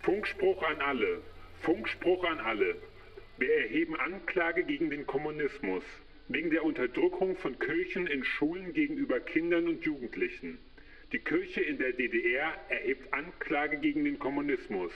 Funkspruch an alle. Funkspruch an alle. Wir erheben Anklage gegen den Kommunismus, wegen der Unterdrückung von Kirchen in Schulen gegenüber Kindern und Jugendlichen. Die Kirche in der DDR erhebt Anklage gegen den Kommunismus.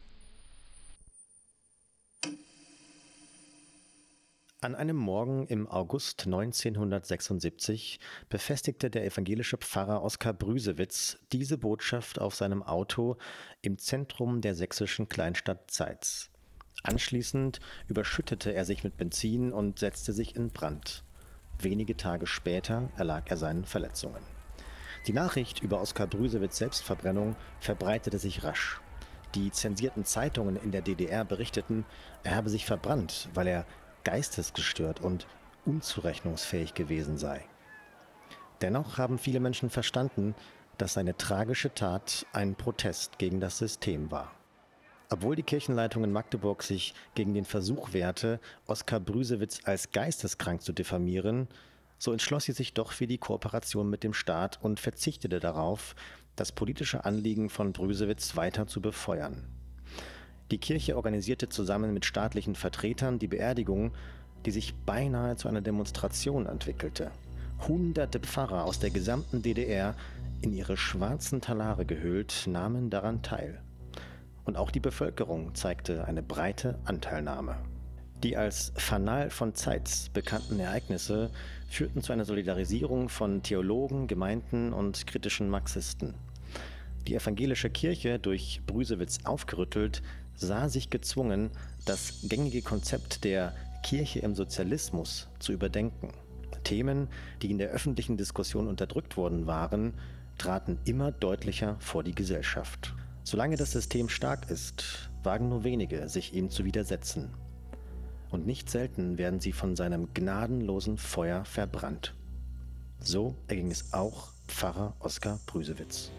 An einem Morgen im August 1976 befestigte der evangelische Pfarrer Oskar Brüsewitz diese Botschaft auf seinem Auto im Zentrum der sächsischen Kleinstadt Zeitz. Anschließend überschüttete er sich mit Benzin und setzte sich in Brand. Wenige Tage später erlag er seinen Verletzungen. Die Nachricht über Oskar Brüsewitz' Selbstverbrennung verbreitete sich rasch. Die zensierten Zeitungen in der DDR berichteten, er habe sich verbrannt, weil er geistesgestört und unzurechnungsfähig gewesen sei. Dennoch haben viele Menschen verstanden, dass seine tragische Tat ein Protest gegen das System war. Obwohl die Kirchenleitung in Magdeburg sich gegen den Versuch wehrte, Oskar Brüsewitz als geisteskrank zu diffamieren, so entschloss sie sich doch für die Kooperation mit dem Staat und verzichtete darauf, das politische Anliegen von Brüsewitz weiter zu befeuern. Die Kirche organisierte zusammen mit staatlichen Vertretern die Beerdigung, die sich beinahe zu einer Demonstration entwickelte. Hunderte Pfarrer aus der gesamten DDR, in ihre schwarzen Talare gehüllt, nahmen daran teil. Und auch die Bevölkerung zeigte eine breite Anteilnahme. Die als Fanal von Zeitz bekannten Ereignisse führten zu einer Solidarisierung von Theologen, Gemeinden und kritischen Marxisten. Die evangelische Kirche, durch Brüsewitz aufgerüttelt, sah sich gezwungen, das gängige Konzept der Kirche im Sozialismus zu überdenken. Themen, die in der öffentlichen Diskussion unterdrückt worden waren, traten immer deutlicher vor die Gesellschaft. Solange das System stark ist, wagen nur wenige, sich ihm zu widersetzen. Und nicht selten werden sie von seinem gnadenlosen Feuer verbrannt. So erging es auch Pfarrer Oskar Brüsewitz.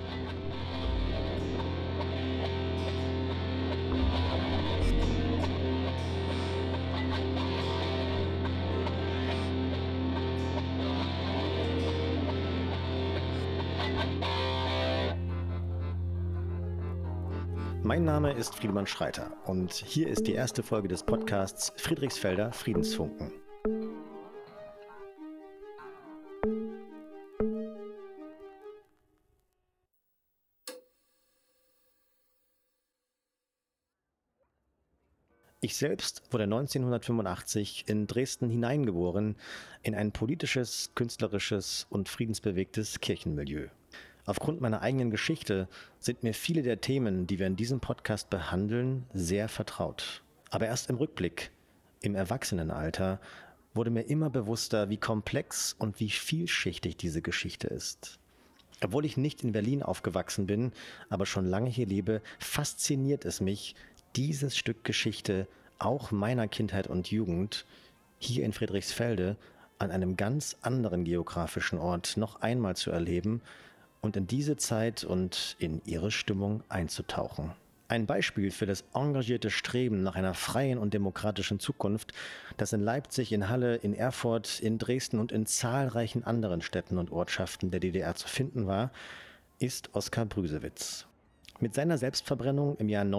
Mein Name ist Friedemann Schreiter und hier ist die erste Folge des Podcasts Friedrichsfelder Friedensfunken. Ich selbst wurde 1985 in Dresden hineingeboren in ein politisches, künstlerisches und friedensbewegtes Kirchenmilieu. Aufgrund meiner eigenen Geschichte sind mir viele der Themen, die wir in diesem Podcast behandeln, sehr vertraut. Aber erst im Rückblick, im Erwachsenenalter, wurde mir immer bewusster, wie komplex und wie vielschichtig diese Geschichte ist. Obwohl ich nicht in Berlin aufgewachsen bin, aber schon lange hier lebe, fasziniert es mich, dieses Stück Geschichte auch meiner Kindheit und Jugend hier in Friedrichsfelde an einem ganz anderen geografischen Ort noch einmal zu erleben und in diese Zeit und in ihre Stimmung einzutauchen. Ein Beispiel für das engagierte Streben nach einer freien und demokratischen Zukunft, das in Leipzig, in Halle, in Erfurt, in Dresden und in zahlreichen anderen Städten und Ortschaften der DDR zu finden war, ist Oskar Brüsewitz. Mit seiner Selbstverbrennung im Jahr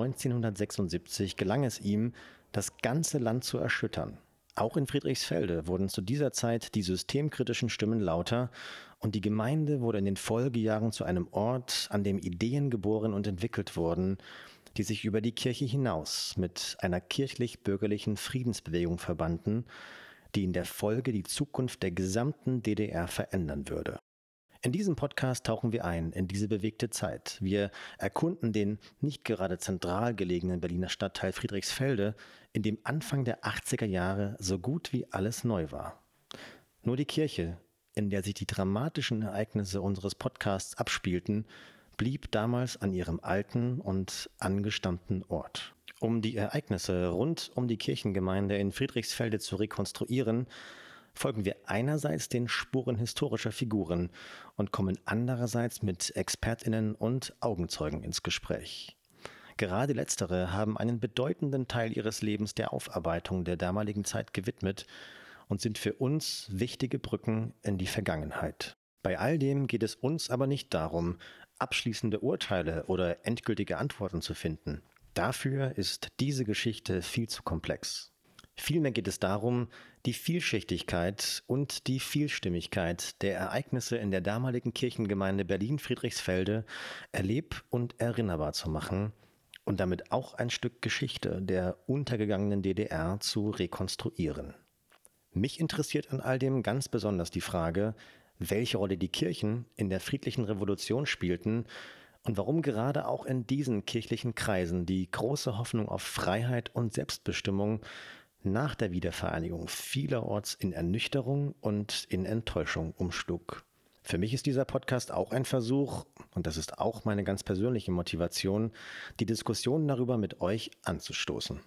1976 gelang es ihm, das ganze Land zu erschüttern. Auch in Friedrichsfelde wurden zu dieser Zeit die systemkritischen Stimmen lauter und die Gemeinde wurde in den Folgejahren zu einem Ort, an dem Ideen geboren und entwickelt wurden, die sich über die Kirche hinaus mit einer kirchlich-bürgerlichen Friedensbewegung verbanden, die in der Folge die Zukunft der gesamten DDR verändern würde. In diesem Podcast tauchen wir ein in diese bewegte Zeit. Wir erkunden den nicht gerade zentral gelegenen Berliner Stadtteil Friedrichsfelde, in dem Anfang der 80er Jahre so gut wie alles neu war. Nur die Kirche, in der sich die dramatischen Ereignisse unseres Podcasts abspielten, blieb damals an ihrem alten und angestammten Ort. Um die Ereignisse rund um die Kirchengemeinde in Friedrichsfelde zu rekonstruieren, folgen wir einerseits den Spuren historischer Figuren und kommen andererseits mit ExpertInnen und Augenzeugen ins Gespräch. Gerade letztere haben einen bedeutenden Teil ihres Lebens der Aufarbeitung der damaligen Zeit gewidmet und sind für uns wichtige Brücken in die Vergangenheit. Bei all dem geht es uns aber nicht darum, abschließende Urteile oder endgültige Antworten zu finden. Dafür ist diese Geschichte viel zu komplex. Vielmehr geht es darum, die Vielschichtigkeit und die Vielstimmigkeit der Ereignisse in der damaligen Kirchengemeinde Berlin-Friedrichsfelde erleb- und erinnerbar zu machen und damit auch ein Stück Geschichte der untergegangenen DDR zu rekonstruieren. Mich interessiert an all dem ganz besonders die Frage, welche Rolle die Kirchen in der friedlichen Revolution spielten und warum gerade auch in diesen kirchlichen Kreisen die große Hoffnung auf Freiheit und Selbstbestimmung nach der Wiedervereinigung vielerorts in Ernüchterung und in Enttäuschung umschlug. Für mich ist dieser Podcast auch ein Versuch, und das ist auch meine ganz persönliche Motivation, die Diskussion darüber mit euch anzustoßen.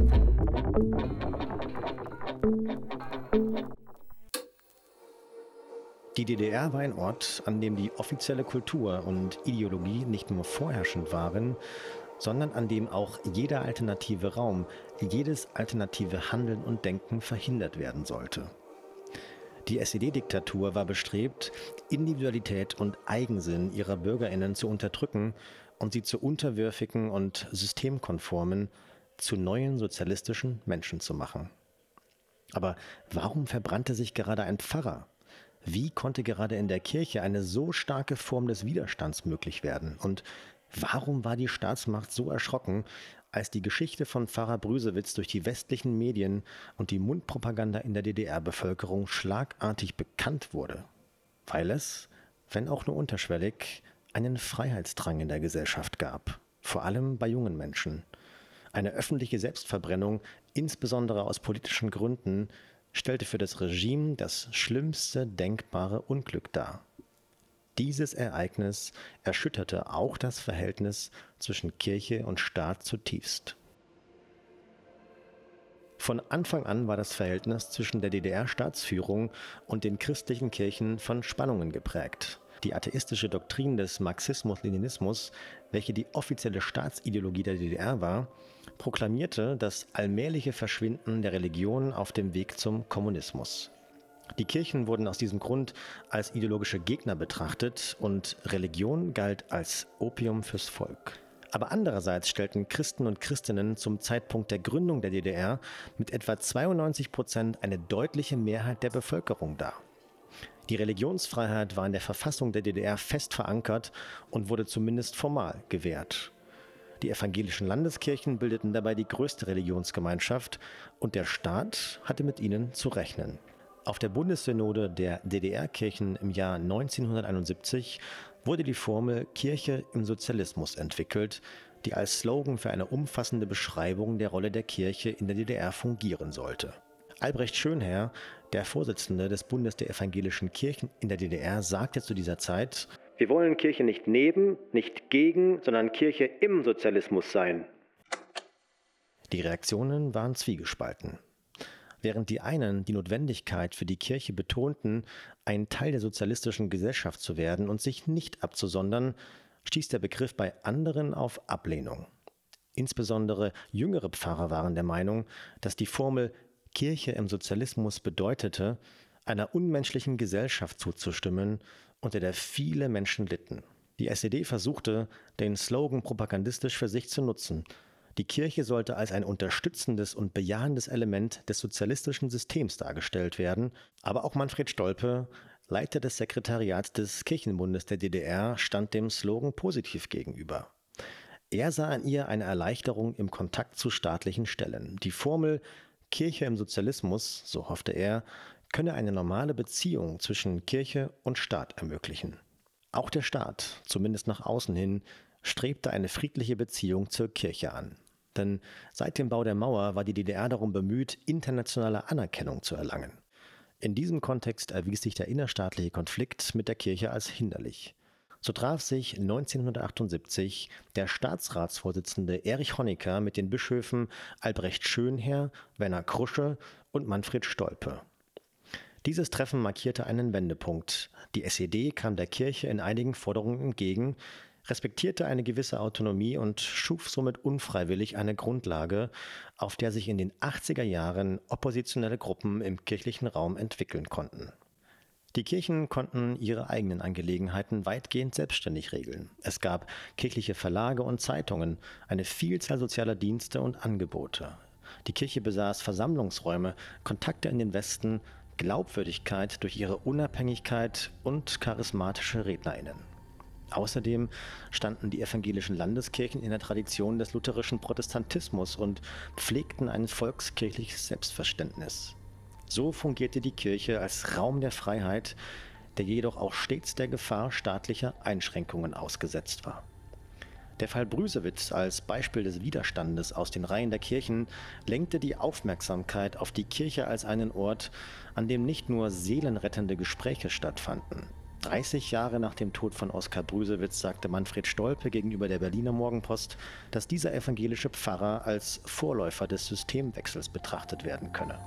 Die DDR war ein Ort, an dem die offizielle Kultur und Ideologie nicht nur vorherrschend waren, sondern an dem auch jeder alternative Raum, jedes alternative Handeln und Denken verhindert werden sollte. Die SED-Diktatur war bestrebt, Individualität und Eigensinn ihrer BürgerInnen zu unterdrücken und sie zu unterwürfigen und systemkonformen, zu neuen sozialistischen Menschen zu machen. Aber warum verbrannte sich gerade ein Pfarrer? Wie konnte gerade in der Kirche eine so starke Form des Widerstands möglich werden? Und warum war die Staatsmacht so erschrocken, als die Geschichte von Pfarrer Brüsewitz durch die westlichen Medien und die Mundpropaganda in der DDR-Bevölkerung schlagartig bekannt wurde? Weil es, wenn auch nur unterschwellig, einen Freiheitsdrang in der Gesellschaft gab, vor allem bei jungen Menschen. Eine öffentliche Selbstverbrennung, insbesondere aus politischen Gründen, stellte für das Regime das schlimmste denkbare Unglück dar. Dieses Ereignis erschütterte auch das Verhältnis zwischen Kirche und Staat zutiefst. Von Anfang an war das Verhältnis zwischen der DDR-Staatsführung und den christlichen Kirchen von Spannungen geprägt. Die atheistische Doktrin des Marxismus-Leninismus, welche die offizielle Staatsideologie der DDR war, proklamierte das allmähliche Verschwinden der Religion auf dem Weg zum Kommunismus. Die Kirchen wurden aus diesem Grund als ideologische Gegner betrachtet und Religion galt als Opium fürs Volk. Aber andererseits stellten Christen und Christinnen zum Zeitpunkt der Gründung der DDR mit etwa 92% eine deutliche Mehrheit der Bevölkerung dar. Die Religionsfreiheit war in der Verfassung der DDR fest verankert und wurde zumindest formal gewährt. Die evangelischen Landeskirchen bildeten dabei die größte Religionsgemeinschaft und der Staat hatte mit ihnen zu rechnen. Auf der Bundessynode der DDR-Kirchen im Jahr 1971 wurde die Formel Kirche im Sozialismus entwickelt, die als Slogan für eine umfassende Beschreibung der Rolle der Kirche in der DDR fungieren sollte. Albrecht Schönherr, der Vorsitzende des Bundes der evangelischen Kirchen in der DDR, sagte zu dieser Zeit: Wir wollen Kirche nicht neben, nicht gegen, sondern Kirche im Sozialismus sein. Die Reaktionen waren zwiegespalten. Während die einen die Notwendigkeit für die Kirche betonten, ein Teil der sozialistischen Gesellschaft zu werden und sich nicht abzusondern, stieß der Begriff bei anderen auf Ablehnung. Insbesondere jüngere Pfarrer waren der Meinung, dass die Formel Kirche im Sozialismus bedeutete, einer unmenschlichen Gesellschaft zuzustimmen, unter der viele Menschen litten. Die SED versuchte, den Slogan propagandistisch für sich zu nutzen. Die Kirche sollte als ein unterstützendes und bejahendes Element des sozialistischen Systems dargestellt werden, aber auch Manfred Stolpe, Leiter des Sekretariats des Kirchenbundes der DDR, stand dem Slogan positiv gegenüber. Er sah in ihr eine Erleichterung im Kontakt zu staatlichen Stellen. Die Formel Kirche im Sozialismus, so hoffte er, könne eine normale Beziehung zwischen Kirche und Staat ermöglichen. Auch der Staat, zumindest nach außen hin, strebte eine friedliche Beziehung zur Kirche an. Denn seit dem Bau der Mauer war die DDR darum bemüht, internationale Anerkennung zu erlangen. In diesem Kontext erwies sich der innerstaatliche Konflikt mit der Kirche als hinderlich. So traf sich 1978 der Staatsratsvorsitzende Erich Honecker mit den Bischöfen Albrecht Schönherr, Werner Krusche und Manfred Stolpe. Dieses Treffen markierte einen Wendepunkt. Die SED kam der Kirche in einigen Forderungen entgegen, respektierte eine gewisse Autonomie und schuf somit unfreiwillig eine Grundlage, auf der sich in den 80er Jahren oppositionelle Gruppen im kirchlichen Raum entwickeln konnten. Die Kirchen konnten ihre eigenen Angelegenheiten weitgehend selbstständig regeln. Es gab kirchliche Verlage und Zeitungen, eine Vielzahl sozialer Dienste und Angebote. Die Kirche besaß Versammlungsräume, Kontakte in den Westen, Glaubwürdigkeit durch ihre Unabhängigkeit und charismatische RednerInnen. Außerdem standen die evangelischen Landeskirchen in der Tradition des lutherischen Protestantismus und pflegten ein volkskirchliches Selbstverständnis. So fungierte die Kirche als Raum der Freiheit, der jedoch auch stets der Gefahr staatlicher Einschränkungen ausgesetzt war. Der Fall Brüsewitz als Beispiel des Widerstandes aus den Reihen der Kirchen lenkte die Aufmerksamkeit auf die Kirche als einen Ort, an dem nicht nur seelenrettende Gespräche stattfanden. 30 Jahre nach dem Tod von Oskar Brüsewitz sagte Manfred Stolpe gegenüber der Berliner Morgenpost, dass dieser evangelische Pfarrer als Vorläufer des Systemwechsels betrachtet werden könne.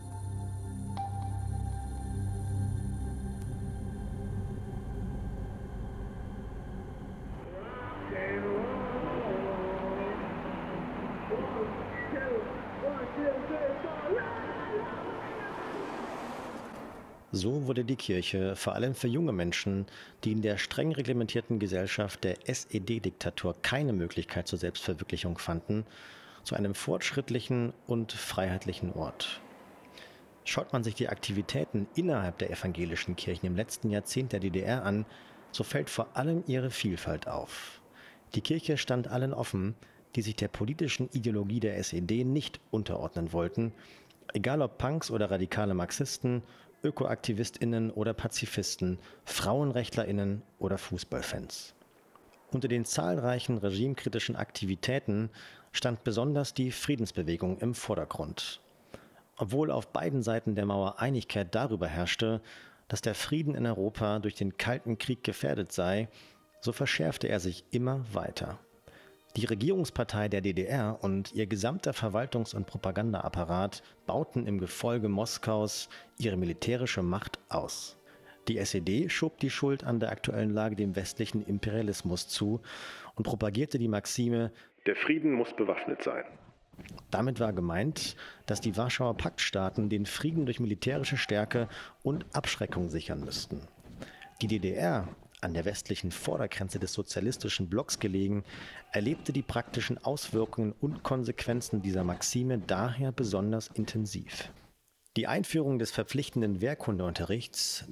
So wurde die Kirche vor allem für junge Menschen, die in der streng reglementierten Gesellschaft der SED-Diktatur keine Möglichkeit zur Selbstverwirklichung fanden, zu einem fortschrittlichen und freiheitlichen Ort. Schaut man sich die Aktivitäten innerhalb der evangelischen Kirchen im letzten Jahrzehnt der DDR an, so fällt vor allem ihre Vielfalt auf. Die Kirche stand allen offen, die sich der politischen Ideologie der SED nicht unterordnen wollten, egal ob Punks oder radikale Marxisten, ÖkoaktivistInnen oder Pazifisten, FrauenrechtlerInnen oder Fußballfans. Unter den zahlreichen regimekritischen Aktivitäten stand besonders die Friedensbewegung im Vordergrund. Obwohl auf beiden Seiten der Mauer Einigkeit darüber herrschte, dass der Frieden in Europa durch den Kalten Krieg gefährdet sei, so verschärfte er sich immer weiter. Die Regierungspartei der DDR und ihr gesamter Verwaltungs- und Propagandaapparat bauten im Gefolge Moskaus ihre militärische Macht aus. Die SED schob die Schuld an der aktuellen Lage dem westlichen Imperialismus zu und propagierte die Maxime, der Frieden muss bewaffnet sein. Damit war gemeint, dass die Warschauer Paktstaaten den Frieden durch militärische Stärke und Abschreckung sichern müssten. Die DDR, an der westlichen Vordergrenze des sozialistischen Blocks gelegen, erlebte die praktischen Auswirkungen und Konsequenzen dieser Maxime daher besonders intensiv. Die Einführung des verpflichtenden Wehrkundeunterrichts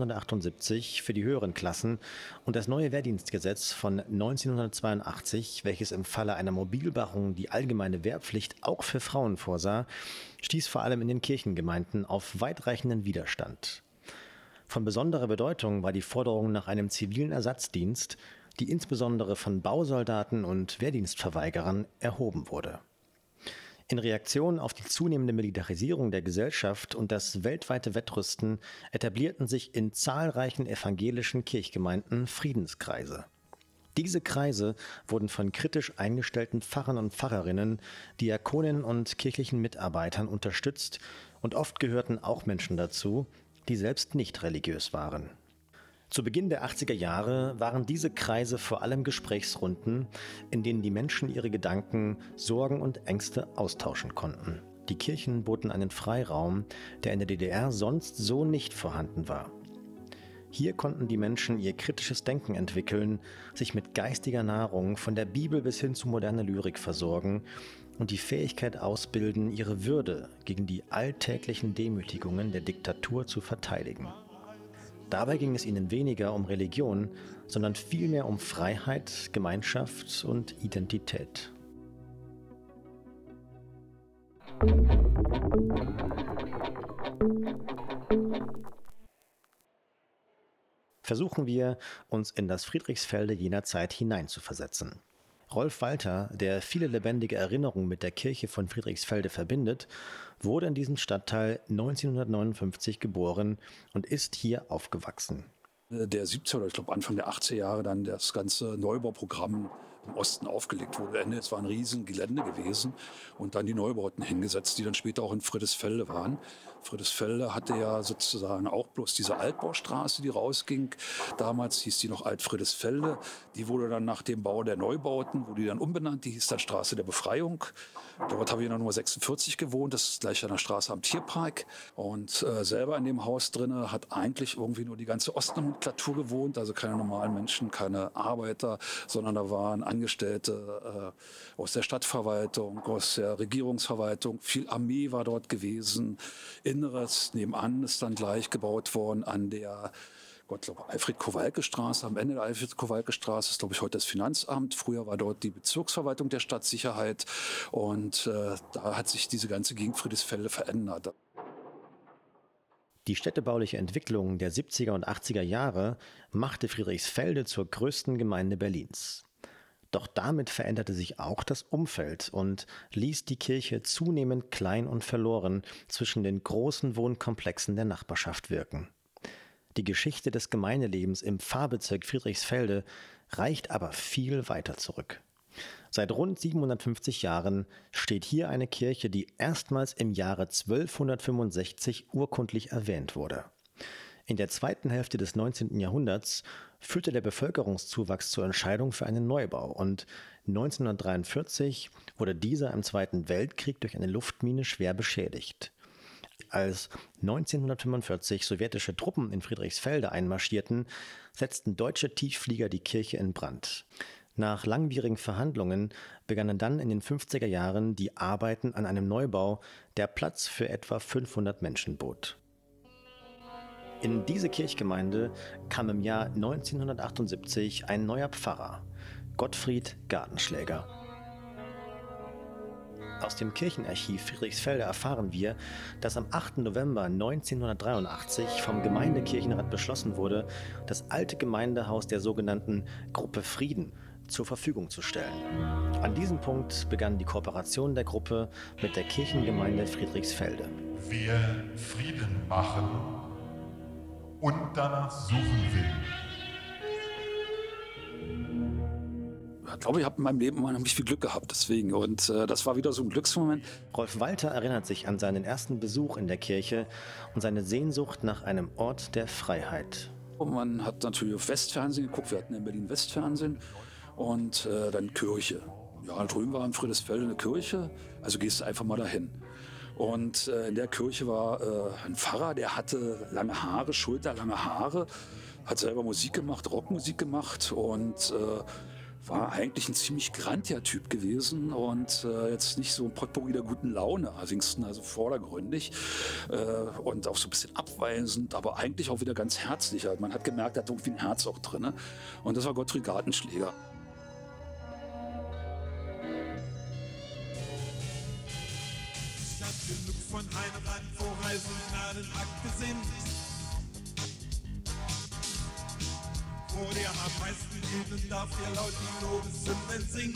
1978 für die höheren Klassen und das neue Wehrdienstgesetz von 1982, welches im Falle einer Mobilmachung die allgemeine Wehrpflicht auch für Frauen vorsah, stieß vor allem in den Kirchengemeinden auf weitreichenden Widerstand. Von besonderer Bedeutung war die Forderung nach einem zivilen Ersatzdienst, die insbesondere von Bausoldaten und Wehrdienstverweigerern erhoben wurde. In Reaktion auf die zunehmende Militarisierung der Gesellschaft und das weltweite Wettrüsten etablierten sich in zahlreichen evangelischen Kirchgemeinden Friedenskreise. Diese Kreise wurden von kritisch eingestellten Pfarrern und Pfarrerinnen, Diakoninnen und kirchlichen Mitarbeitern unterstützt und oft gehörten auch Menschen dazu, die selbst nicht religiös waren. Zu Beginn der 80er Jahre waren diese Kreise vor allem Gesprächsrunden, in denen die Menschen ihre Gedanken, Sorgen und Ängste austauschen konnten. Die Kirchen boten einen Freiraum, der in der DDR sonst so nicht vorhanden war. Hier konnten die Menschen ihr kritisches Denken entwickeln, sich mit geistiger Nahrung von der Bibel bis hin zu moderner Lyrik versorgen und die Fähigkeit ausbilden, ihre Würde gegen die alltäglichen Demütigungen der Diktatur zu verteidigen. Dabei ging es ihnen weniger um Religion, sondern vielmehr um Freiheit, Gemeinschaft und Identität. Versuchen wir, uns in das Friedrichsfelde jener Zeit hineinzuversetzen. Rolf Walter, der viele lebendige Erinnerungen mit der Kirche von Friedrichsfelde verbindet, wurde in diesem Stadtteil 1959 geboren und ist hier aufgewachsen. Der 70er oder ich glaube Anfang der 80er Jahre dann das ganze Neubauprogramm im Osten aufgelegt wurde. Es war ein riesen Gelände gewesen und dann die Neubauten hingesetzt, die dann später auch in Friedrichsfelde waren. Friedrichsfelde hatte ja sozusagen auch bloß diese Altbaustraße, die rausging. Damals hieß die noch Alt-Friedrichsfelde. Die wurde dann nach dem Bau der Neubauten, wurde die dann umbenannt. Die hieß dann Straße der Befreiung. Dort habe ich in der Nummer 46 gewohnt. Das ist gleich an der Straße am Tierpark. Und selber in dem Haus drinne hat eigentlich irgendwie nur die ganze Ostnomenklatur gewohnt. Also keine normalen Menschen, keine Arbeiter, sondern da waren Angestellte aus der Stadtverwaltung, aus der Regierungsverwaltung. Viel Armee war dort gewesen. Inneres nebenan ist dann gleich gebaut worden an der Alfred-Kowalke-Straße. Am Ende der Alfred-Kowalke-Straße ist, glaube ich, heute das Finanzamt. Früher war dort die Bezirksverwaltung der Stadtsicherheit. Und da hat sich diese ganze Gegend Friedrichsfelde verändert. Die städtebauliche Entwicklung der 70er und 80er Jahre machte Friedrichsfelde zur größten Gemeinde Berlins. Doch damit veränderte sich auch das Umfeld und ließ die Kirche zunehmend klein und verloren zwischen den großen Wohnkomplexen der Nachbarschaft wirken. Die Geschichte des Gemeindelebens im Pfarrbezirk Friedrichsfelde reicht aber viel weiter zurück. Seit rund 750 Jahren steht hier eine Kirche, die erstmals im Jahre 1265 urkundlich erwähnt wurde. In der zweiten Hälfte des 19. Jahrhunderts führte der Bevölkerungszuwachs zur Entscheidung für einen Neubau und 1943 wurde dieser im Zweiten Weltkrieg durch eine Luftmine schwer beschädigt. Als 1945 sowjetische Truppen in Friedrichsfelde einmarschierten, setzten deutsche Tiefflieger die Kirche in Brand. Nach langwierigen Verhandlungen begannen dann in den 50er Jahren die Arbeiten an einem Neubau, der Platz für etwa 500 Menschen bot. In diese Kirchgemeinde kam im Jahr 1978 ein neuer Pfarrer, Gottfried Gartenschläger. Aus dem Kirchenarchiv Friedrichsfelde erfahren wir, dass am 8. November 1983 vom Gemeindekirchenrat beschlossen wurde, das alte Gemeindehaus der sogenannten Gruppe Frieden zur Verfügung zu stellen. An diesem Punkt begann die Kooperation der Gruppe mit der Kirchengemeinde Friedrichsfelde. Wer Frieden machen und danach suchen will. Ich glaube, ich habe in meinem Leben unheimlich viel Glück gehabt deswegen. Und das war wieder so ein Glücksmoment. Rolf Walter erinnert sich an seinen ersten Besuch in der Kirche und seine Sehnsucht nach einem Ort der Freiheit. Man hat natürlich auf Westfernsehen geguckt. Wir hatten in Berlin Westfernsehen und dann Kirche. Ja, drüben war in Friedrichsfelde eine Kirche, also gehst du einfach mal dahin. Und in der Kirche war ein Pfarrer, der hatte lange Haare, schulterlange Haare, hat selber Musik gemacht, Rockmusik gemacht und war eigentlich ein ziemlich grantiger Typ gewesen und jetzt nicht so ein Potpourri der guten Laune, also vordergründig und auch so ein bisschen abweisend, aber eigentlich auch wieder ganz herzlich. Man hat gemerkt, er hat irgendwie ein Herz auch drin. Und das war Gottfried Gartenschläger. Ich hab genug von einem Land, wo Reisen Gnadenakte sind. Wo der am meisten üben darf, der laut die Lobeshymnen singt.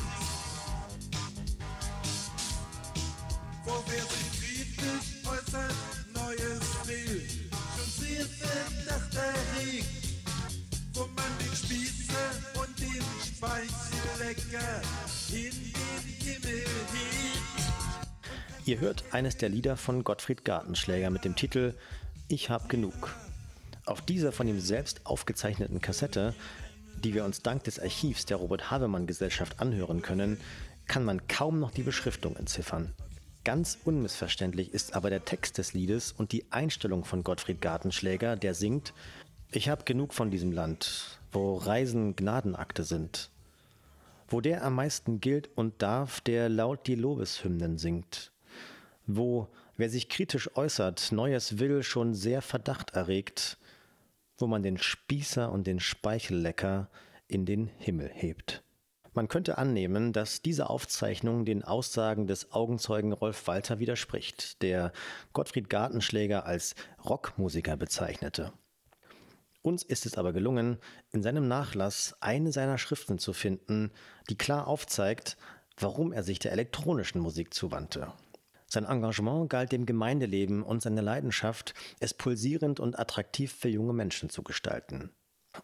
Wo wer sich friedlich äußert, Neues will, schon sehr Verdacht erregt. Wo man den Spieße und den Speichellecker in den Himmel hebt. Ihr hört eines der Lieder von Gottfried Gartenschläger mit dem Titel »Ich hab genug«. Auf dieser von ihm selbst aufgezeichneten Kassette, die wir uns dank des Archivs der Robert-Havemann-Gesellschaft anhören können, kann man kaum noch die Beschriftung entziffern. Ganz unmissverständlich ist aber der Text des Liedes und die Einstellung von Gottfried Gartenschläger, der singt: »Ich hab genug von diesem Land, wo Reisen Gnadenakte sind. Wo der am meisten gilt und darf, der laut die Lobeshymnen singt. Wo, wer sich kritisch äußert, Neues will, schon sehr Verdacht erregt. Wo man den Spießer und den Speichellecker in den Himmel hebt.« Man könnte annehmen, dass diese Aufzeichnung den Aussagen des Augenzeugen Rolf Walter widerspricht, der Gottfried Gartenschläger als Rockmusiker bezeichnete. Uns ist es aber gelungen, in seinem Nachlass eine seiner Schriften zu finden, die klar aufzeigt, warum er sich der elektronischen Musik zuwandte. Sein Engagement galt dem Gemeindeleben und seine Leidenschaft, es pulsierend und attraktiv für junge Menschen zu gestalten.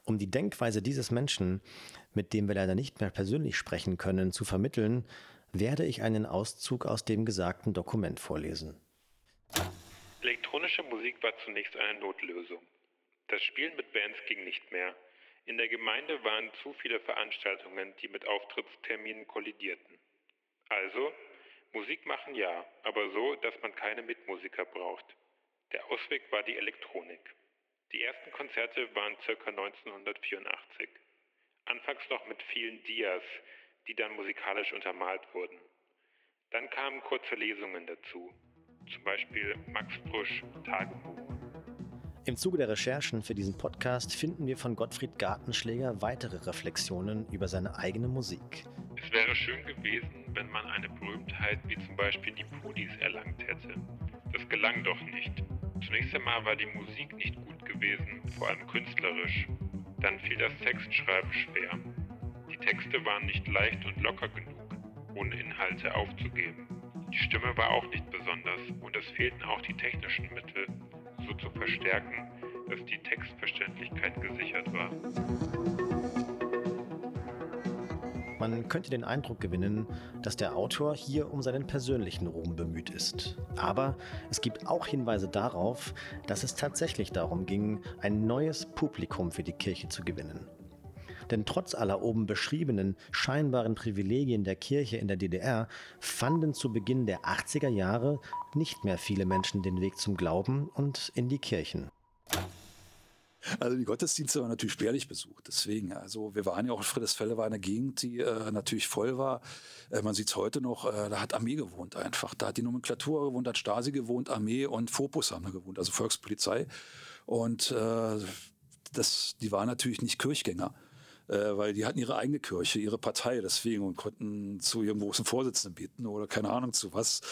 Um die Denkweise dieses Menschen, mit dem wir leider nicht mehr persönlich sprechen können, zu vermitteln, werde ich einen Auszug aus dem gesagten Dokument vorlesen. Elektronische Musik war zunächst eine Notlösung. Das Spielen mit Bands ging nicht mehr. In der Gemeinde waren zu viele Veranstaltungen, die mit Auftrittsterminen kollidierten. Also, Musik machen ja, aber so, dass man keine Mitmusiker braucht. Der Ausweg war die Elektronik. Die ersten Konzerte waren ca. 1984. Anfangs noch mit vielen Dias, die dann musikalisch untermalt wurden. Dann kamen kurze Lesungen dazu, zum Beispiel Max Frisch, Tagebuch. Im Zuge der Recherchen für diesen Podcast finden wir von Gottfried Gartenschläger weitere Reflexionen über seine eigene Musik. Es wäre schön gewesen, wenn man eine Berühmtheit wie zum Beispiel die Pudis erlangt hätte. Das gelang doch nicht. Zunächst einmal war die Musik nicht gut gewesen, vor allem künstlerisch. Dann fiel das Textschreiben schwer. Die Texte waren nicht leicht und locker genug, ohne Inhalte aufzugeben. Die Stimme war auch nicht besonders und es fehlten auch die technischen Mittel, so zu verstärken, dass die Textverständlichkeit gesichert war. Man könnte den Eindruck gewinnen, dass der Autor hier um seinen persönlichen Ruhm bemüht ist. Aber es gibt auch Hinweise darauf, dass es tatsächlich darum ging, ein neues Publikum für die Kirche zu gewinnen. Denn trotz aller oben beschriebenen scheinbaren Privilegien der Kirche in der DDR fanden zu Beginn der 80er Jahre nicht mehr viele Menschen den Weg zum Glauben und in die Kirchen. Also die Gottesdienste waren natürlich spärlich besucht, deswegen. Also wir waren ja auch in Friedrichsfelde, war eine Gegend, die natürlich voll war. Man sieht es heute noch, da hat Armee gewohnt einfach. Da hat die Nomenklatur gewohnt, hat Stasi gewohnt, Armee und Fopus haben da gewohnt, also Volkspolizei. Und die waren natürlich nicht Kirchgänger. Weil die hatten ihre eigene Kirche, ihre Partei deswegen und konnten zu ihrem großen Vorsitzenden beten oder keine Ahnung zu was.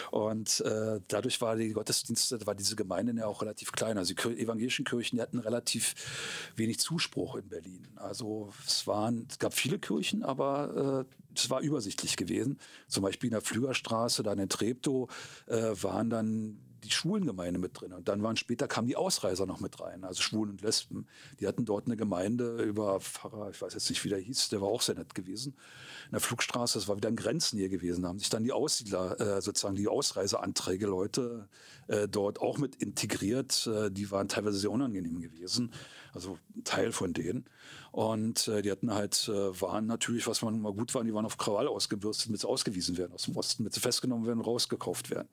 Und dadurch war die Gottesdienste, war diese Gemeinde ja auch relativ klein. Also die evangelischen Kirchen, die hatten relativ wenig Zuspruch in Berlin. Also es gab viele Kirchen, aber es war übersichtlich gewesen. Zum Beispiel in der Flügerstraße, dann in Treptow, waren dann die Schwulengemeinde mit drin. Und dann kamen die Ausreißer noch mit rein, also Schwulen und Lesben. Die hatten dort eine Gemeinde über Pfarrer, ich weiß jetzt nicht, wie der hieß, der war auch sehr nett gewesen. In der Flugstraße, das war wieder in Grenzennähe gewesen. Da haben sich dann die Aussiedler, sozusagen die Ausreiseanträge, Leute dort auch mit integriert. Die waren teilweise sehr unangenehm gewesen, also ein Teil von denen. Und die hatten waren natürlich, was man mal gut war, die waren auf Krawall ausgebürstet, damit sie ausgewiesen werden aus dem Osten, damit sie festgenommen werden, rausgekauft werden.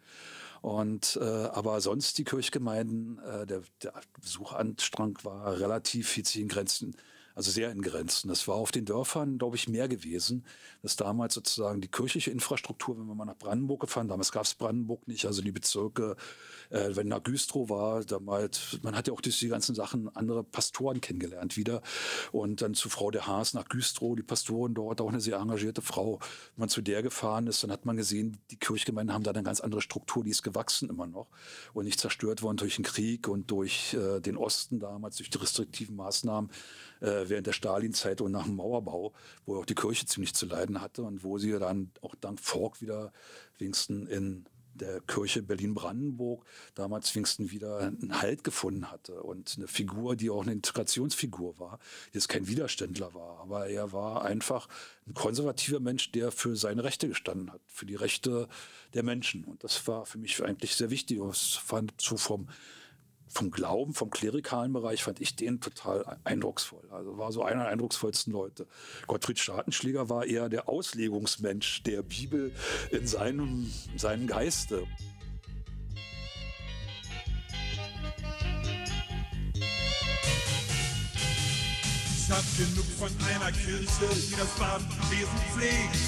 Und aber sonst die Kirchgemeinden, der Besuchanstrang war relativ jetzt in Grenzen, also sehr in Grenzen. Das war auf den Dörfern, glaube ich, mehr gewesen, dass damals sozusagen die kirchliche Infrastruktur, wenn wir mal nach Brandenburg gefahren, damals gab es Brandenburg nicht, also die Bezirke, wenn nach Güstrow war, damals, man hat ja auch durch die ganzen Sachen andere Pastoren kennengelernt wieder. Und dann zu Frau de Haas nach Güstrow, die Pastorin dort, auch eine sehr engagierte Frau. Wenn man zu der gefahren ist, dann hat man gesehen, die Kirchgemeinden haben da eine ganz andere Struktur, die ist gewachsen immer noch und nicht zerstört worden durch den Krieg und durch den Osten damals, durch die restriktiven Maßnahmen während der Stalinzeit und nach dem Mauerbau, wo auch die Kirche ziemlich zu leiden hatte und wo sie dann auch dank Fork wieder wenigstens in der Kirche Berlin-Brandenburg damals wenigstens wieder einen Halt gefunden hatte und eine Figur, die auch eine Integrationsfigur war, die jetzt kein Widerständler war, aber er war einfach ein konservativer Mensch, der für seine Rechte gestanden hat, für die Rechte der Menschen. Und das war für mich eigentlich sehr wichtig. Das fand so vom Glauben, vom klerikalen Bereich fand ich den total eindrucksvoll. Also war so einer der eindrucksvollsten Leute. Gottfried Gartenschläger war eher der Auslegungsmensch der Bibel in seinem Geiste. Ich hab genug von einer Kirche, die das Beamtenwesen pflegt.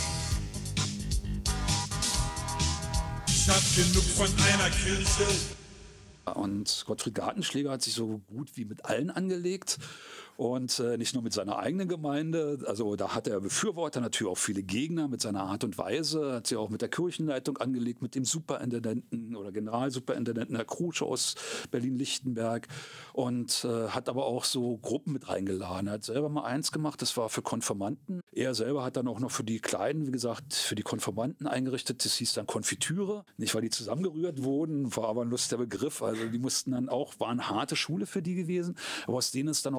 Ich hab genug von einer Kirche. Und Gottfried Gartenschläger hat sich so gut wie mit allen angelegt und nicht nur mit seiner eigenen Gemeinde. Also da hat er Befürworter, natürlich auch viele Gegner mit seiner Art und Weise. Hat sich auch mit der Kirchenleitung angelegt, mit dem Superintendenten oder Generalsuperintendenten Herr Krusche aus Berlin-Lichtenberg und hat aber auch so Gruppen mit eingeladen. Er hat selber mal eins gemacht, das war für Konfirmanden. Er selber hat dann auch noch für die Kleinen, wie gesagt, für die Konfirmanden eingerichtet. Das hieß dann Konfitüre. Nicht, weil die zusammengerührt wurden, war aber ein lustiger Begriff. Also die mussten dann auch, war eine harte Schule für die gewesen. Aber aus denen ist dann auch alles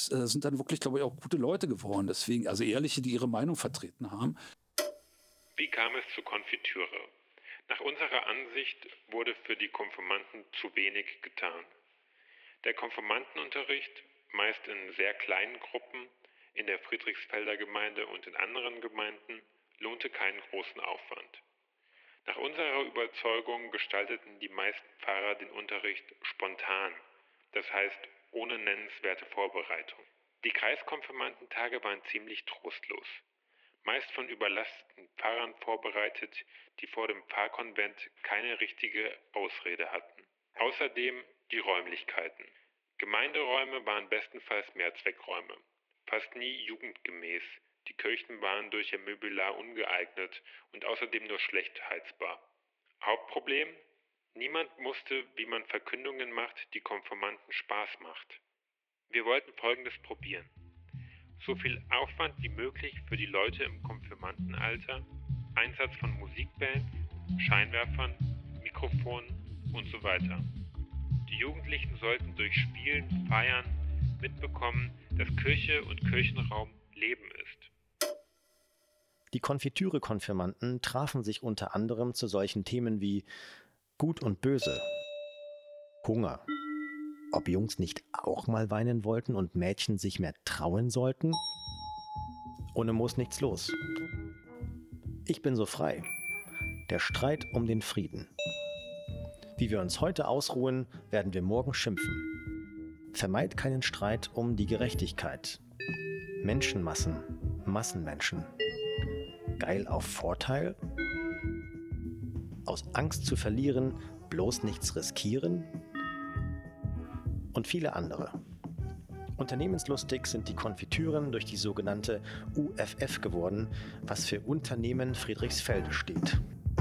das sind dann wirklich, glaube ich, auch gute Leute geworden. Deswegen, also Ehrliche, die ihre Meinung vertreten haben. Wie kam es zur Konfitüre? Nach unserer Ansicht wurde für die Konfirmanden zu wenig getan. Der Konfirmandenunterricht, meist in sehr kleinen Gruppen, in der Friedrichsfelder Gemeinde und in anderen Gemeinden, lohnte keinen großen Aufwand. Nach unserer Überzeugung gestalteten die meisten Pfarrer den Unterricht spontan, das heißt ohne nennenswerte Vorbereitung. Die Kreiskonfirmandentage waren ziemlich trostlos. Meist von überlasteten Pfarrern vorbereitet, die vor dem Pfarrkonvent keine richtige Ausrede hatten. Außerdem die Räumlichkeiten. Gemeinderäume waren bestenfalls Mehrzweckräume, fast nie jugendgemäß. Die Kirchen waren durch ihr Möbelar ungeeignet und außerdem nur schlecht heizbar. Hauptproblem? Niemand wusste, wie man Verkündungen macht, die Konfirmanden Spaß macht. Wir wollten Folgendes probieren. So viel Aufwand wie möglich für die Leute im Konfirmandenalter, Einsatz von Musikbands, Scheinwerfern, Mikrofonen und so weiter. Die Jugendlichen sollten durch Spielen, Feiern mitbekommen, dass Kirche und Kirchenraum Leben ist. Die Konfitüre-Konfirmanden trafen sich unter anderem zu solchen Themen wie Gut und Böse, Hunger, ob Jungs nicht auch mal weinen wollten und Mädchen sich mehr trauen sollten? Ohne Moos nichts los. Ich bin so frei. Der Streit um den Frieden. Wie wir uns heute ausruhen, werden wir morgen schimpfen. Vermeid keinen Streit um die Gerechtigkeit. Menschenmassen, Massenmenschen. Geil auf Vorteil? Aus Angst zu verlieren, bloß nichts riskieren? Und viele andere. Unternehmenslustig sind die Konfitüren durch die sogenannte UFF geworden, was für Unternehmen Friedrichsfelde steht.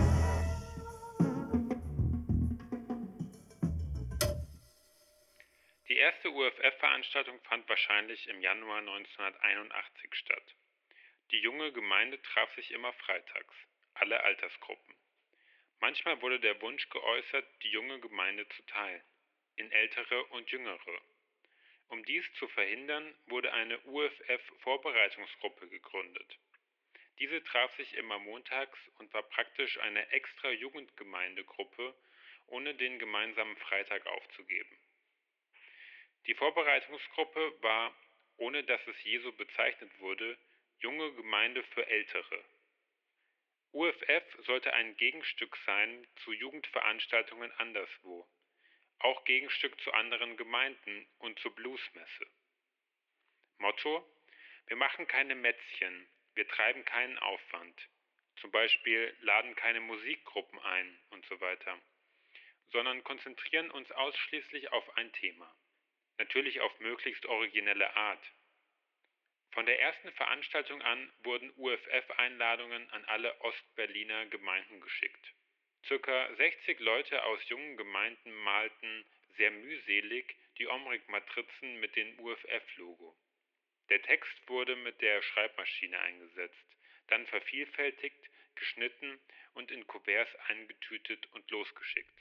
Die erste UFF-Veranstaltung fand wahrscheinlich im Januar 1981 statt. Die junge Gemeinde traf sich immer freitags, alle Altersgruppen. Manchmal wurde der Wunsch geäußert, die junge Gemeinde zu teilen, in ältere und jüngere. Um dies zu verhindern, wurde eine UFF-Vorbereitungsgruppe gegründet. Diese traf sich immer montags und war praktisch eine extra Jugendgemeindegruppe, ohne den gemeinsamen Freitag aufzugeben. Die Vorbereitungsgruppe war, ohne dass es je so bezeichnet wurde, junge Gemeinde für Ältere. UFF sollte ein Gegenstück sein zu Jugendveranstaltungen anderswo, auch Gegenstück zu anderen Gemeinden und zur Bluesmesse. Motto: Wir machen keine Mätzchen, wir treiben keinen Aufwand, zum Beispiel laden keine Musikgruppen ein und so weiter, sondern konzentrieren uns ausschließlich auf ein Thema, natürlich auf möglichst originelle Art. Von der ersten Veranstaltung an wurden UFF-Einladungen an alle Ostberliner Gemeinden geschickt. Circa 60 Leute aus jungen Gemeinden malten sehr mühselig die Omric-Matrizen mit dem UFF-Logo. Der Text wurde mit der Schreibmaschine eingesetzt, dann vervielfältigt, geschnitten und in Kuverts eingetütet und losgeschickt.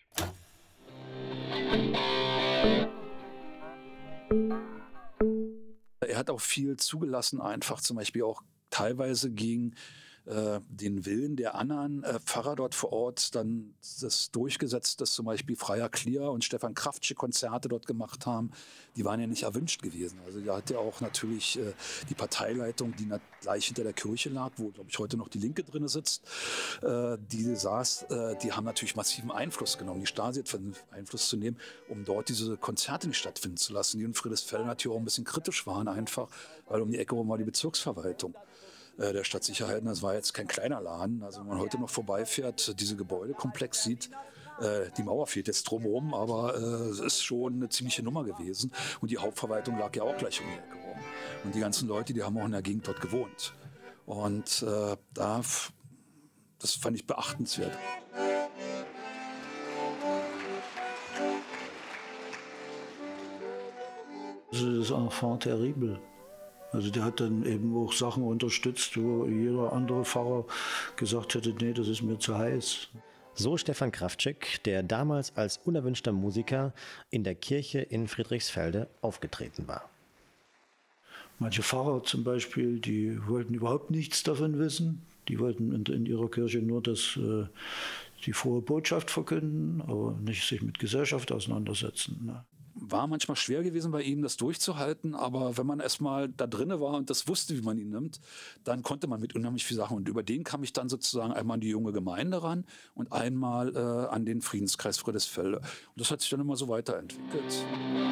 Er hat auch viel zugelassen, einfach zum Beispiel auch teilweise gegen den Willen der anderen Pfarrer dort vor Ort dann das durchgesetzt, dass zum Beispiel Freier Klier und Stefan Kraftsche Konzerte dort gemacht haben. Die waren ja nicht erwünscht gewesen. Also da hat ja auch natürlich die Parteileitung, die gleich hinter der Kirche lag, wo, glaube ich, heute noch die Linke drin sitzt, die haben natürlich massiven Einfluss genommen. Die Stasi hat Einfluss zu nehmen, um dort diese Konzerte nicht stattfinden zu lassen. Die in Friedrichsfelde natürlich auch ein bisschen kritisch waren einfach, weil um die Ecke rum war die Bezirksverwaltung der Stadtsicherheit. Das war jetzt kein kleiner Laden. Also wenn man heute noch vorbeifährt, diese Gebäudekomplex sieht, die Mauer fehlt jetzt drumherum, aber es ist schon eine ziemliche Nummer gewesen. Und die Hauptverwaltung lag ja auch gleich um die Ecke rum. Und die ganzen Leute, die haben auch in der Gegend dort gewohnt. Und das fand ich beachtenswert. Das ist enfant terrible. Also der hat dann eben auch Sachen unterstützt, wo jeder andere Pfarrer gesagt hätte, nee, das ist mir zu heiß. So Stefan Kraftschick, der damals als unerwünschter Musiker in der Kirche in Friedrichsfelde aufgetreten war. Manche Pfarrer zum Beispiel, die wollten überhaupt nichts davon wissen. Die wollten in ihrer Kirche nur die frohe Botschaft verkünden, aber nicht sich mit Gesellschaft auseinandersetzen. Ne? War manchmal schwer gewesen bei ihm, das durchzuhalten, aber wenn man erstmal da drinne war und das wusste, wie man ihn nimmt, dann konnte man mit unheimlich viel Sachen. Und über den kam ich dann sozusagen einmal an die junge Gemeinde ran und einmal an den Friedenskreis Friedrichsfelde. Und das hat sich dann immer so weiterentwickelt.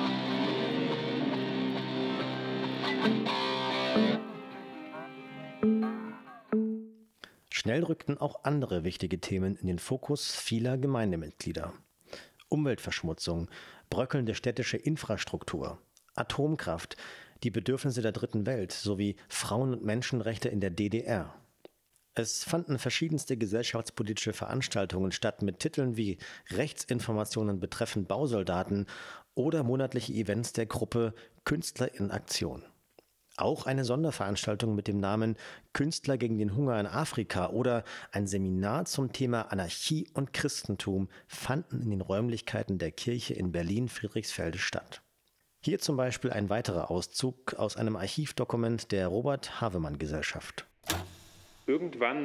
Schnell rückten auch andere wichtige Themen in den Fokus vieler Gemeindemitglieder. Umweltverschmutzung, bröckelnde städtische Infrastruktur, Atomkraft, die Bedürfnisse der Dritten Welt sowie Frauen- und Menschenrechte in der DDR. Es fanden verschiedenste gesellschaftspolitische Veranstaltungen statt mit Titeln wie Rechtsinformationen betreffend Bausoldaten oder monatliche Events der Gruppe Künstler in Aktion. Auch eine Sonderveranstaltung mit dem Namen Künstler gegen den Hunger in Afrika oder ein Seminar zum Thema Anarchie und Christentum fanden in den Räumlichkeiten der Kirche in Berlin-Friedrichsfelde statt. Hier zum Beispiel ein weiterer Auszug aus einem Archivdokument der Robert-Havemann-Gesellschaft. Irgendwann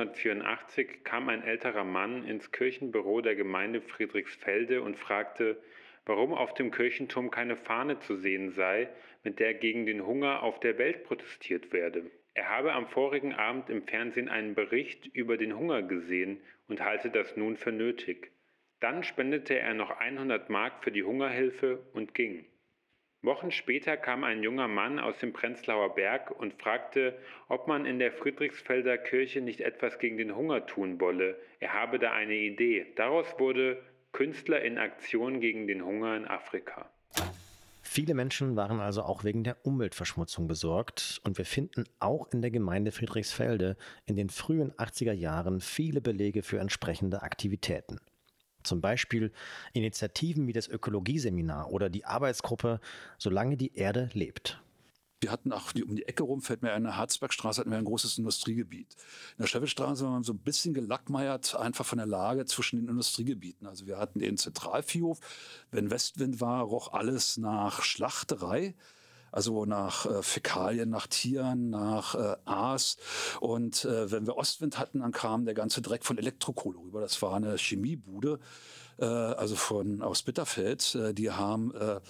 1984 kam ein älterer Mann ins Kirchenbüro der Gemeinde Friedrichsfelde und fragte, warum auf dem Kirchenturm keine Fahne zu sehen sei, mit der gegen den Hunger auf der Welt protestiert werde. Er habe am vorigen Abend im Fernsehen einen Bericht über den Hunger gesehen und halte das nun für nötig. Dann spendete er noch 100 Mark für die Hungerhilfe und ging. Wochen später kam ein junger Mann aus dem Prenzlauer Berg und fragte, ob man in der Friedrichsfelder Kirche nicht etwas gegen den Hunger tun wolle. Er habe da eine Idee. Daraus wurde Künstler in Aktion gegen den Hunger in Afrika. Viele Menschen waren also auch wegen der Umweltverschmutzung besorgt und wir finden auch in der Gemeinde Friedrichsfelde in den frühen 80er Jahren viele Belege für entsprechende Aktivitäten. Zum Beispiel Initiativen wie das Ökologieseminar oder die Arbeitsgruppe Solange die Erde lebt. Wir hatten auch um die Ecke rum, fällt mir eine Harzbergstraße, hatten wir ein großes Industriegebiet. In der Scheffelstraße waren wir so ein bisschen gelackmeiert, einfach von der Lage zwischen den Industriegebieten. Also wir hatten den Zentralviehhof. Wenn Westwind war, roch alles nach Schlachterei. Also nach Fäkalien, nach Tieren, nach Aas. Und wenn wir Ostwind hatten, dann kam der ganze Dreck von Elektrokohle rüber. Das war eine Chemiebude, also aus Bitterfeld. Die haben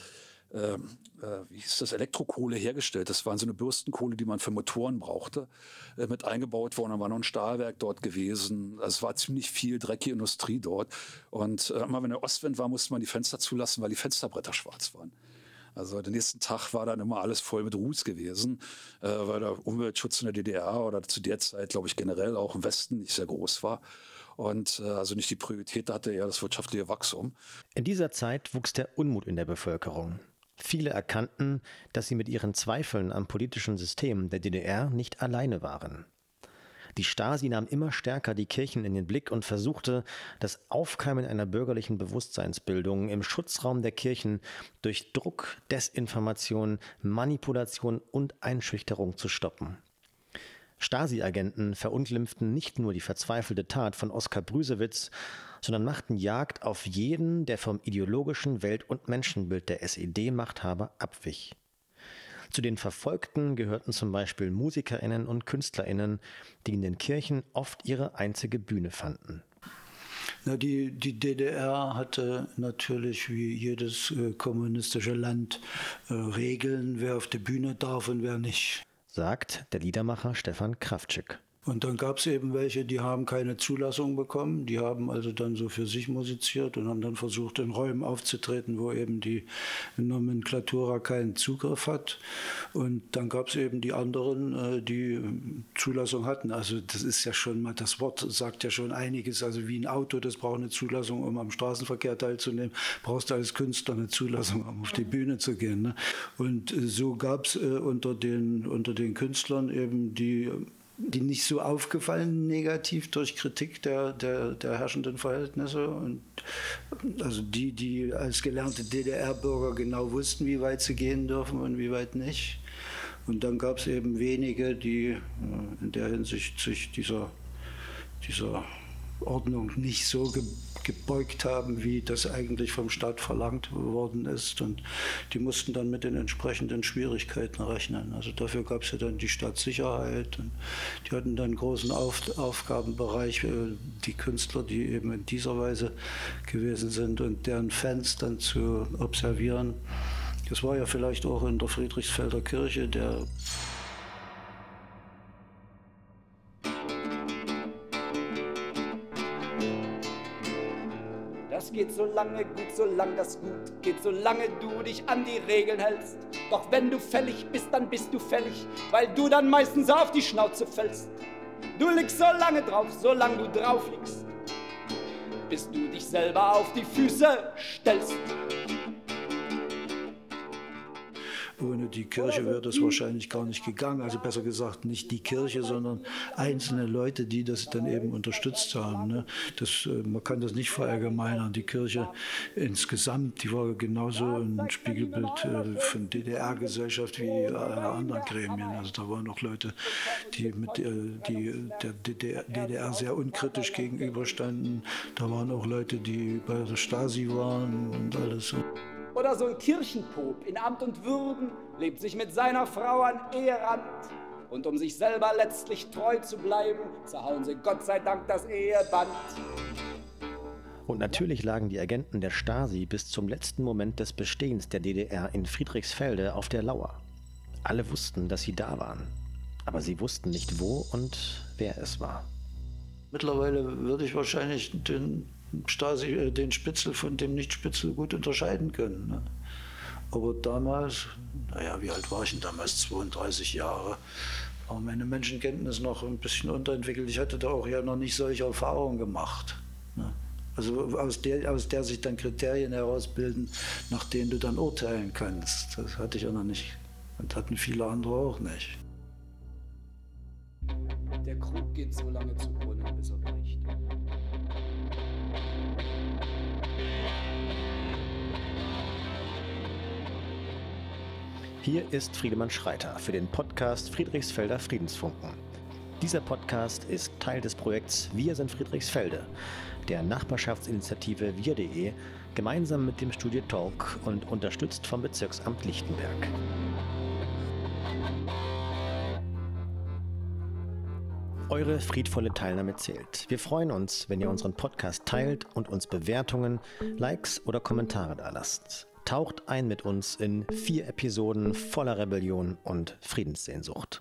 wie hieß das, Elektrokohle hergestellt. Das war so eine Bürstenkohle, die man für Motoren brauchte, mit eingebaut worden. Da war noch ein Stahlwerk dort gewesen. Also es war ziemlich viel dreckige Industrie dort. Und immer wenn der Ostwind war, musste man die Fenster zulassen, weil die Fensterbretter schwarz waren. Also den nächsten Tag war dann immer alles voll mit Ruß gewesen, weil der Umweltschutz in der DDR oder zu der Zeit, glaube ich, generell auch im Westen nicht sehr groß war. Und also nicht die Priorität hatte, eher das wirtschaftliche Wachstum. In dieser Zeit wuchs der Unmut in der Bevölkerung. Viele erkannten, dass sie mit ihren Zweifeln am politischen System der DDR nicht alleine waren. Die Stasi nahm immer stärker die Kirchen in den Blick und versuchte, das Aufkeimen einer bürgerlichen Bewusstseinsbildung im Schutzraum der Kirchen durch Druck, Desinformation, Manipulation und Einschüchterung zu stoppen. Stasi-Agenten verunglimpften nicht nur die verzweifelte Tat von Oskar Brüsewitz, sondern machten Jagd auf jeden, der vom ideologischen Welt- und Menschenbild der SED-Machthaber abwich. Zu den Verfolgten gehörten zum Beispiel MusikerInnen und KünstlerInnen, die in den Kirchen oft ihre einzige Bühne fanden. Na, die DDR hatte natürlich wie jedes kommunistische Land Regeln, wer auf die Bühne darf und wer nicht. Sagt der Liedermacher Stefan Kraftschik. Und dann gab es eben welche, die haben keine Zulassung bekommen, die haben also dann so für sich musiziert und haben dann versucht, in Räumen aufzutreten, wo eben die Nomenklatura keinen Zugriff hat. Und dann gab es eben die anderen, die Zulassung hatten. Also das ist ja schon mal, das Wort sagt ja schon einiges. Also wie ein Auto, das braucht eine Zulassung, um am Straßenverkehr teilzunehmen, brauchst du als Künstler eine Zulassung, um auf die Bühne zu gehen. Ne? Und so gab es unter den Künstlern eben die nicht so aufgefallen negativ durch Kritik der herrschenden Verhältnisse. Und also die als gelernte DDR-Bürger genau wussten, wie weit sie gehen dürfen und wie weit nicht. Und dann gab es eben wenige, die in der Hinsicht sich dieser Ordnung nicht so gebeugt haben, wie das eigentlich vom Staat verlangt worden ist. Und die mussten dann mit den entsprechenden Schwierigkeiten rechnen. Also dafür gab es ja dann die Stadtsicherheit. Und die hatten dann einen großen Aufgabenbereich, die Künstler, die eben in dieser Weise gewesen sind und deren Fans dann zu observieren. Das war ja vielleicht auch in der Friedrichsfelder Kirche Das geht so lange gut, solange das gut geht, solange du dich an die Regeln hältst. Doch wenn du fällig bist, dann bist du fällig, weil du dann meistens auf die Schnauze fällst. Du liegst so lange drauf, solange du drauf liegst, bis du dich selber auf die Füße stellst. Ohne die Kirche wäre das wahrscheinlich gar nicht gegangen. Also besser gesagt, nicht die Kirche, sondern einzelne Leute, die das dann eben unterstützt haben. Ne? Man kann das nicht verallgemeinern. Die Kirche insgesamt, die war genauso ein Spiegelbild von DDR-Gesellschaft wie alle anderen Gremien. Also da waren auch Leute, die der DDR sehr unkritisch gegenüberstanden. Da waren auch Leute, die bei der Stasi waren und alles so. Oder so ein Kirchenpop in Amt und Würden lebt sich mit seiner Frau an Eherand. Und um sich selber letztlich treu zu bleiben, zerhauen sie Gott sei Dank das Eheband. Und natürlich lagen die Agenten der Stasi bis zum letzten Moment des Bestehens der DDR in Friedrichsfelde auf der Lauer. Alle wussten, dass sie da waren. Aber sie wussten nicht, wo und wer es war. Mittlerweile würde ich wahrscheinlich den Spitzel von dem Nicht-Spitzel gut unterscheiden können. Ne? Aber damals, wie alt war ich denn damals? 32 Jahre. War meine Menschenkenntnis noch ein bisschen unterentwickelt. Ich hatte da auch ja noch nicht solche Erfahrungen gemacht. Ne? Also aus der sich dann Kriterien herausbilden, nach denen du dann urteilen kannst. Das hatte ich ja noch nicht. Und hatten viele andere auch nicht. Der Krug geht so lange zu Brunnen, bis er bricht. Hier ist Friedemann Schreiter für den Podcast Friedrichsfelder Friedensfunken. Dieser Podcast ist Teil des Projekts Wir sind Friedrichsfelde, der Nachbarschaftsinitiative wir.de, gemeinsam mit dem Studio Talk und unterstützt vom Bezirksamt Lichtenberg. Eure friedvolle Teilnahme zählt. Wir freuen uns, wenn ihr unseren Podcast teilt und uns Bewertungen, Likes oder Kommentare dalasst. Taucht ein mit uns in 4 Episoden voller Rebellion und Friedenssehnsucht.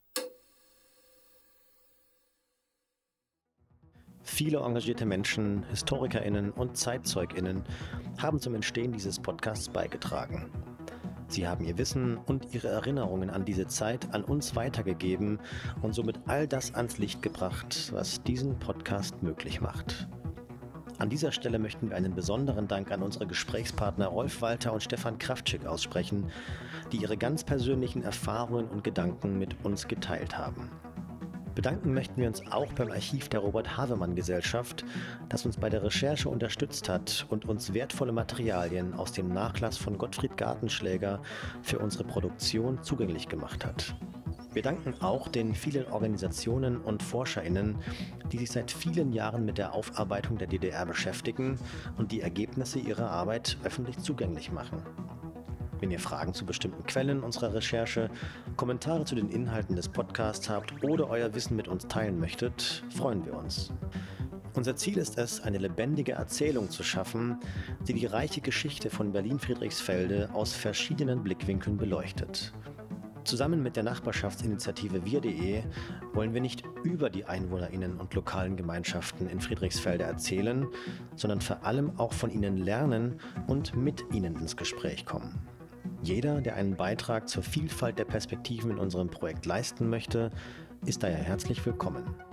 Viele engagierte Menschen, HistorikerInnen und ZeitzeugInnen haben zum Entstehen dieses Podcasts beigetragen. Sie haben ihr Wissen und ihre Erinnerungen an diese Zeit an uns weitergegeben und somit all das ans Licht gebracht, was diesen Podcast möglich macht. An dieser Stelle möchten wir einen besonderen Dank an unsere Gesprächspartner Rolf Walter und Stefan Kraftschick aussprechen, die ihre ganz persönlichen Erfahrungen und Gedanken mit uns geteilt haben. Bedanken möchten wir uns auch beim Archiv der Robert-Havemann-Gesellschaft, das uns bei der Recherche unterstützt hat und uns wertvolle Materialien aus dem Nachlass von Gottfried Gartenschläger für unsere Produktion zugänglich gemacht hat. Wir danken auch den vielen Organisationen und ForscherInnen, die sich seit vielen Jahren mit der Aufarbeitung der DDR beschäftigen und die Ergebnisse ihrer Arbeit öffentlich zugänglich machen. Wenn ihr Fragen zu bestimmten Quellen unserer Recherche, Kommentare zu den Inhalten des Podcasts habt oder euer Wissen mit uns teilen möchtet, freuen wir uns. Unser Ziel ist es, eine lebendige Erzählung zu schaffen, die die reiche Geschichte von Berlin-Friedrichsfelde aus verschiedenen Blickwinkeln beleuchtet. Zusammen mit der Nachbarschaftsinitiative wir.de wollen wir nicht über die EinwohnerInnen und lokalen Gemeinschaften in Friedrichsfelde erzählen, sondern vor allem auch von ihnen lernen und mit ihnen ins Gespräch kommen. Jeder, der einen Beitrag zur Vielfalt der Perspektiven in unserem Projekt leisten möchte, ist daher herzlich willkommen.